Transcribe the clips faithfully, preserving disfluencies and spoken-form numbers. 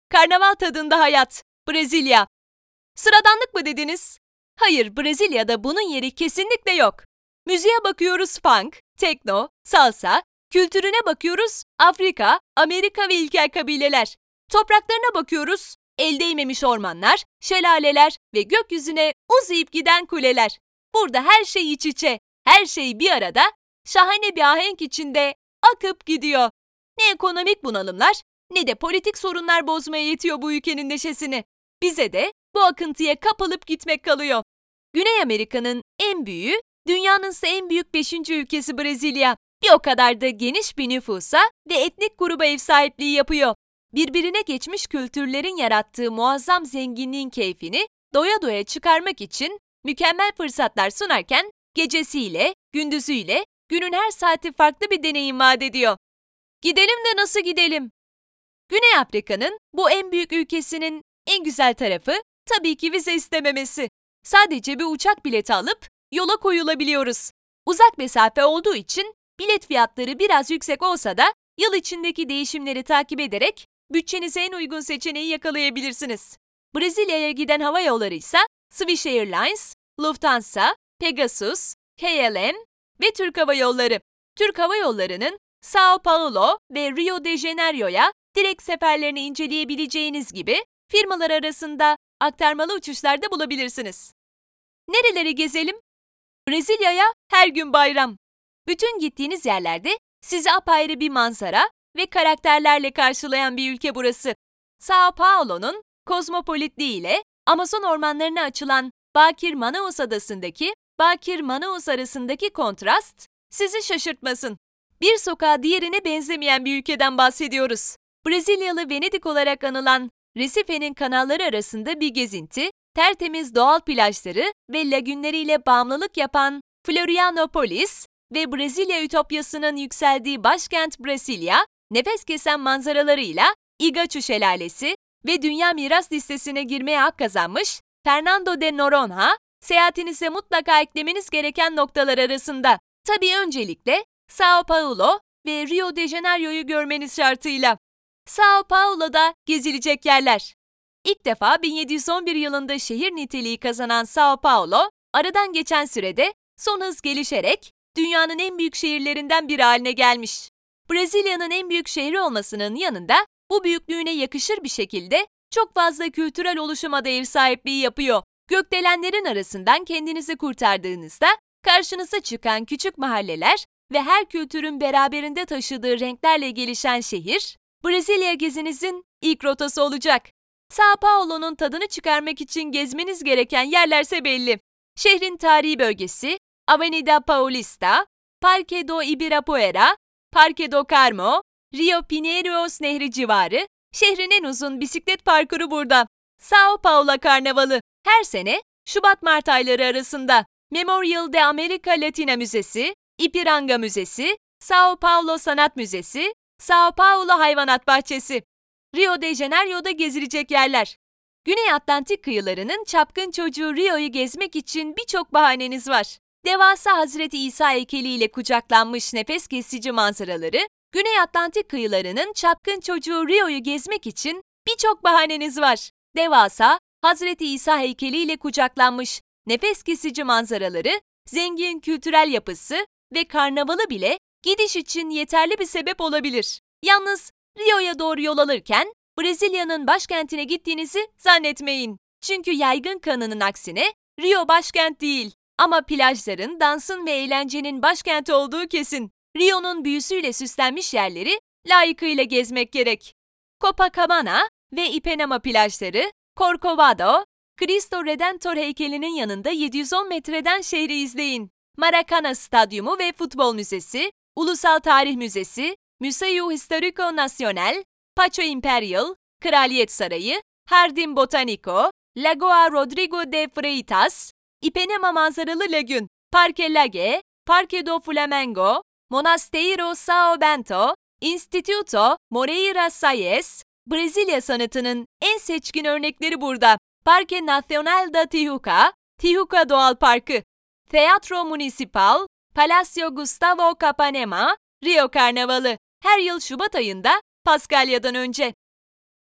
Karnaval tadında hayat. Brezilya. Sıradanlık mı dediniz? Hayır, Brezilya'da bunun yeri kesinlikle yok. Müziğe bakıyoruz funk, tekno, salsa, kültürüne bakıyoruz Afrika, Amerika ve ilkel kabileler. Topraklarına bakıyoruz el değmemiş ormanlar, şelaleler ve gökyüzüne uzayıp giden kuleler. Burada her şey iç içe, her şey bir arada, şahane bir ahenk içinde akıp gidiyor. Ne ekonomik bunalımlar ne de politik sorunlar bozmaya yetiyor bu ülkenin neşesini. Bize de bu akıntıya kapılıp gitmek kalıyor. Güney Amerika'nın en büyüğü, dünyanın ise en büyük beşinci ülkesi Brezilya. Bir o kadar da geniş bir nüfusa ve etnik gruba ev sahipliği yapıyor. Birbirine geçmiş kültürlerin yarattığı muazzam zenginliğin keyfini doya doya çıkarmak için mükemmel fırsatlar sunarken gecesiyle, gündüzüyle günün her saati farklı bir deneyim vaat ediyor. Gidelim de nasıl gidelim? Güney Afrika'nın bu en büyük ülkesinin en güzel tarafı tabii ki vize istememesi. Sadece bir uçak bileti alıp yola koyulabiliyoruz. Uzak mesafe olduğu için bilet fiyatları biraz yüksek olsa da yıl içindeki değişimleri takip ederek bütçenize en uygun seçeneği yakalayabilirsiniz. Brezilya'ya giden hava yolları ise Swiss Airlines, Lufthansa, Pegasus, K L M ve Türk Hava Yolları. Türk Hava Yolları'nın São Paulo ve Rio de Janeiro'ya direkt seferlerini inceleyebileceğiniz gibi firmalar arasında aktarmalı uçuşlar da bulabilirsiniz. Nereleri gezelim? Brezilya'ya her gün bayram. Bütün gittiğiniz yerlerde sizi apayrı bir manzara ve karakterlerle karşılayan bir ülke burası. São Paulo'nun kozmopolitliğiyle Amazon ormanlarına açılan Bakir Manaus adasındaki Bakir Manaus arasındaki kontrast sizi şaşırtmasın. Bir sokağa diğerine benzemeyen bir ülkeden bahsediyoruz. Brezilyalı Venedik olarak anılan Recife'nin kanalları arasında bir gezinti, tertemiz doğal plajları ve lagünleriyle bağımlılık yapan Florianopolis ve Brezilya ütopyasının yükseldiği başkent Brasilia, nefes kesen manzaralarıyla Iguaçu Şelalesi ve Dünya Miras Listesi'ne girmeye hak kazanmış Fernando de Noronha, seyahatinize mutlaka eklemeniz gereken noktalar arasında. Tabii öncelikle São Paulo ve Rio de Janeiro'yu görmeniz şartıyla. São Paulo'da gezilecek yerler. İlk defa bin yedi yüz on bir yılında şehir niteliği kazanan São Paulo, aradan geçen sürede son hız gelişerek dünyanın en büyük şehirlerinden biri haline gelmiş. Brezilya'nın en büyük şehri olmasının yanında bu büyüklüğüne yakışır bir şekilde çok fazla kültürel oluşuma da ev sahipliği yapıyor. Gökdelenlerin arasından kendinizi kurtardığınızda karşınıza çıkan küçük mahalleler ve her kültürün beraberinde taşıdığı renklerle gelişen şehir, Brezilya gezinizin ilk rotası olacak. São Paulo'nun tadını çıkarmak için gezmeniz gereken yerlerse belli. Şehrin tarihi bölgesi, Avenida Paulista, Parque do Ibirapuera, Parque do Carmo, Rio Pinheiros Nehri civarı, şehrin en uzun bisiklet parkuru burada. São Paulo Karnavalı, her sene Şubat-Mart ayları arasında. Memorial de America Latina Müzesi, Ipiranga Müzesi, São Paulo Sanat Müzesi, São Paulo Hayvanat Bahçesi. Rio de Janeiro'da gezilecek yerler. Güney Atlantik kıyılarının çapkın çocuğu Rio'yu gezmek için birçok bahaneniz var. Devasa Hazreti İsa heykeliyle kucaklanmış nefes kesici manzaraları, Güney Atlantik kıyılarının çapkın çocuğu Rio'yu gezmek için birçok bahaneniz var. Devasa Hazreti İsa heykeliyle kucaklanmış nefes kesici manzaraları, zengin kültürel yapısı ve karnavalı bile gidiş için yeterli bir sebep olabilir. Yalnız Rio'ya doğru yol alırken Brezilya'nın başkentine gittiğinizi zannetmeyin. Çünkü yaygın kanının aksine Rio başkent değil. Ama plajların, dansın ve eğlencenin başkenti olduğu kesin. Rio'nun büyüsüyle süslenmiş yerleri layıkıyla gezmek gerek. Copacabana ve Ipanema plajları, Corcovado, Cristo Redentor heykelinin yanında yedi yüz on metreden şehri izleyin. Maracanã Stadyumu ve Futbol Müzesi, Ulusal Tarih Müzesi, Museu Histórico Nacional, Paço Imperial, Kraliyet Sarayı, Jardim Botânico, Lagoa Rodrigo de Freitas, Ipanema manzaralı lagün, Parque Lage, Parque do Flamengo, Monasteiro São Bento, Instituto Moreira Salles, Brezilya sanatının en seçkin örnekleri burada. Parque Nacional da Tijuca, Tijuca Doğal Parkı, Teatro Municipal, Palacio Gustavo Capanema, Rio Karnavalı. Her yıl Şubat ayında Paskalya'dan önce.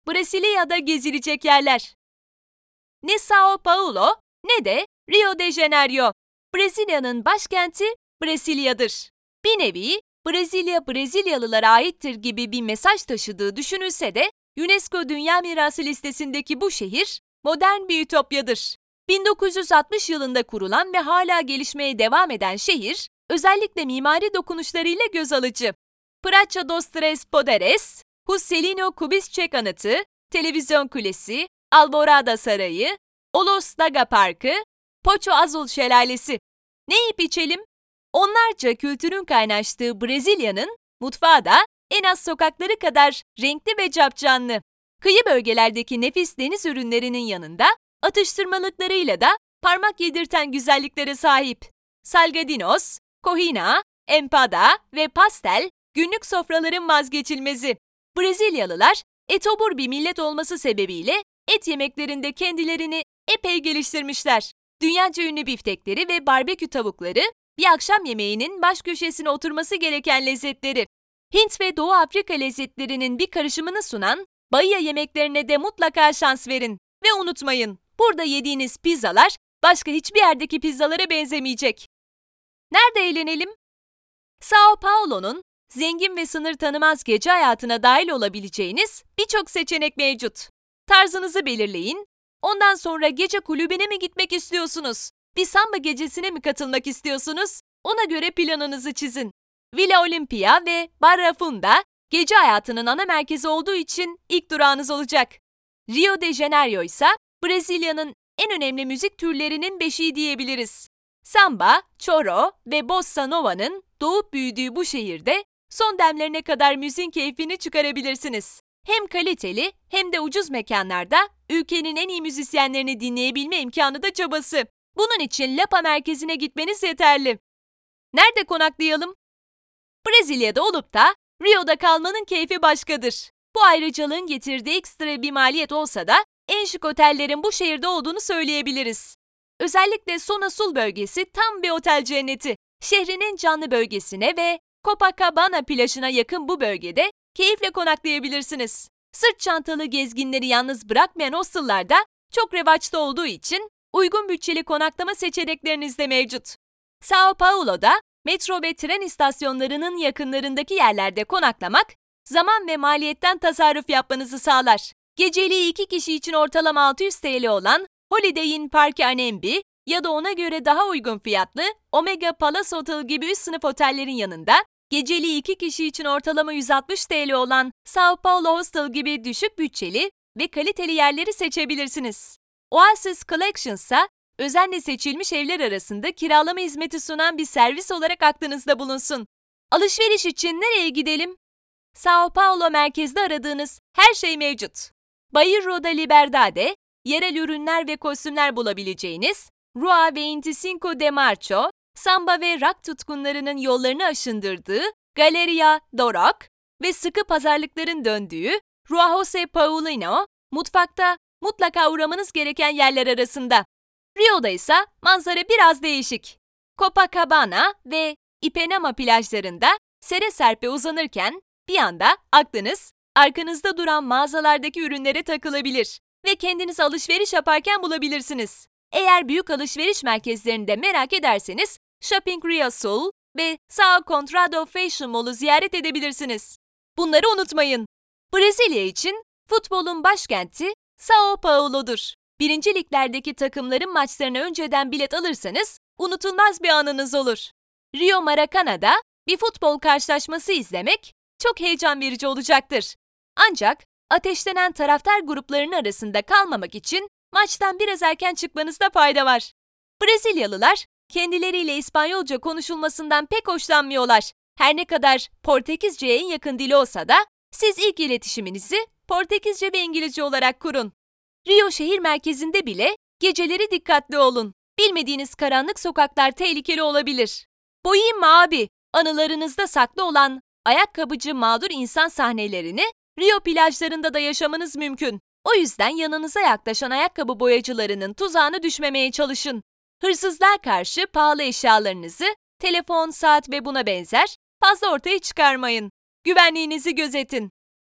Brezilya'da gezilecek yerler. Ne São Paulo ne de Rio de Janeiro. Brezilya'nın başkenti Brezilya'dır. Bir nevi Brezilya Brezilyalılara aittir gibi bir mesaj taşıdığı düşünülse de UNESCO Dünya Mirası listesindeki bu şehir modern bir ütopyadır. bin dokuz yüz altmış yılında kurulan ve hala gelişmeye devam eden şehir, özellikle mimari dokunuşlarıyla göz alıcı. Praça dos Três Poderes, Juscelino Kubitschek Anıtı, Televizyon Kulesi, Alvorada Sarayı, Olos Daga Parkı, Poço Azul Şelalesi. Ne yiyip içelim? Onlarca kültürün kaynaştığı Brezilya'nın mutfağı da en az sokakları kadar renkli ve capcanlı. Kıyı bölgelerdeki nefis deniz ürünlerinin yanında atıştırmalıklarıyla da parmak yedirten güzelliklere sahip. Salgadinos, cojina, empada ve pastel günlük sofraların vazgeçilmezi. Brezilyalılar etobur bir millet olması sebebiyle et yemeklerinde kendilerini epey geliştirmişler. Dünyaca ünlü biftekleri ve barbekü tavukları bir akşam yemeğinin baş köşesine oturması gereken lezzetleri. Hint ve Doğu Afrika lezzetlerinin bir karışımını sunan Bahia yemeklerine de mutlaka şans verin. Ve unutmayın, burada yediğiniz pizzalar başka hiçbir yerdeki pizzalara benzemeyecek. Nerede eğlenelim? São Paulo'nun zengin ve sınır tanımaz gece hayatına dahil olabileceğiniz birçok seçenek mevcut. Tarzınızı belirleyin. Ondan sonra gece kulübüne mi gitmek istiyorsunuz? Bir samba gecesine mi katılmak istiyorsunuz? Ona göre planınızı çizin. Villa Olimpia ve Barra Funda gece hayatının ana merkezi olduğu için ilk durağınız olacak. Rio de Janeiro ise Brezilya'nın en önemli müzik türlerinin beşiği diyebiliriz. Samba, choro ve bossa nova'nın doğup büyüdüğü bu şehirde son demlerine kadar müziğin keyfini çıkarabilirsiniz. Hem kaliteli hem de ucuz mekanlarda ülkenin en iyi müzisyenlerini dinleyebilme imkanı da cabası. Bunun için Lapa merkezine gitmeniz yeterli. Nerede konaklayalım? Brezilya'da olup da Rio'da kalmanın keyfi başkadır. Bu ayrıcalığın getirdiği ekstra bir maliyet olsa da en şık otellerin bu şehirde olduğunu söyleyebiliriz. Özellikle Zona Sul bölgesi tam bir otel cenneti. Şehrin en canlı bölgesine ve Copacabana plajına yakın bu bölgede keyifle konaklayabilirsiniz. Sırt çantalı gezginleri yalnız bırakmayan hostellar da çok revaçta olduğu için uygun bütçeli konaklama seçenekleriniz de mevcut. São Paulo'da metro ve tren istasyonlarının yakınlarındaki yerlerde konaklamak, zaman ve maliyetten tasarruf yapmanızı sağlar. Geceliği iki kişi için ortalama altı yüz TL olan Holiday Inn Parque Annembi ya da ona göre daha uygun fiyatlı Omega Palace Hotel gibi üst sınıf otellerin yanında, geceliği iki kişi için ortalama yüz altmış TL olan São Paulo Hostel gibi düşük bütçeli ve kaliteli yerleri seçebilirsiniz. Oasis Collection ise özenle seçilmiş evler arasında kiralama hizmeti sunan bir servis olarak aklınızda bulunsun. Alışveriş için nereye gidelim? São Paulo merkezde aradığınız her şey mevcut. Bairro da Liberdade, yerel ürünler ve kostümler bulabileceğiniz Rua vinte e cinco de Março, samba ve rock tutkunlarının yollarını aşındırdığı Galeria Dorok ve sıkı pazarlıkların döndüğü Rua José Paulino, mutfakta mutlaka uğramanız gereken yerler arasında. Rio'da ise manzara biraz değişik. Copacabana ve Ipanema plajlarında sere serpe uzanırken bir anda aklınız arkanızda duran mağazalardaki ürünlere takılabilir ve kendiniz alışveriş yaparken bulabilirsiniz. Eğer büyük alışveriş merkezlerini de merak ederseniz Shopping Rio Sul ve São Conrado Fashion Mall'u ziyaret edebilirsiniz. Bunları unutmayın. Brezilya için futbolun başkenti São Paulo'dur. Birinci liglerdeki takımların maçlarına önceden bilet alırsanız unutulmaz bir anınız olur. Rio Maracanã'da bir futbol karşılaşması izlemek çok heyecan verici olacaktır. Ancak ateşlenen taraftar gruplarının arasında kalmamak için maçtan biraz erken çıkmanızda fayda var. Brezilyalılar kendileriyle İspanyolca konuşulmasından pek hoşlanmıyorlar. Her ne kadar Portekizce'ye en yakın dili olsa da siz ilk iletişiminizi Portekizce ve İngilizce olarak kurun. Rio şehir merkezinde bile geceleri dikkatli olun. Bilmediğiniz karanlık sokaklar tehlikeli olabilir. Boyayım abi, anılarınızda saklı olan ayakkabıcı mağdur insan sahnelerini Rio plajlarında da yaşamanız mümkün. O yüzden yanınıza yaklaşan ayakkabı boyacılarının tuzağına düşmemeye çalışın. Hırsızlığa karşı pahalı eşyalarınızı, telefon, saat ve buna benzer fazla ortaya çıkarmayın. Güvenliğinizi gözetin.